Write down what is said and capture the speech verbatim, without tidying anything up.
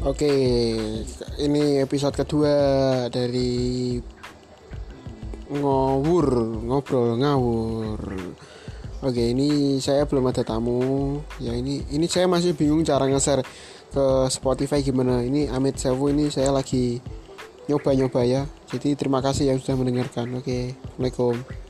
Oke, ini episode kedua dari ngawur, ngobrol ngawur. Oke, ini saya belum ada tamu. Ya ini ini saya masih bingung cara nge-share ke Spotify gimana. Ini Amit Sewu, ini saya lagi nyoba-nyoba ya. Jadi terima kasih yang sudah mendengarkan. Oke, Assalamualaikum.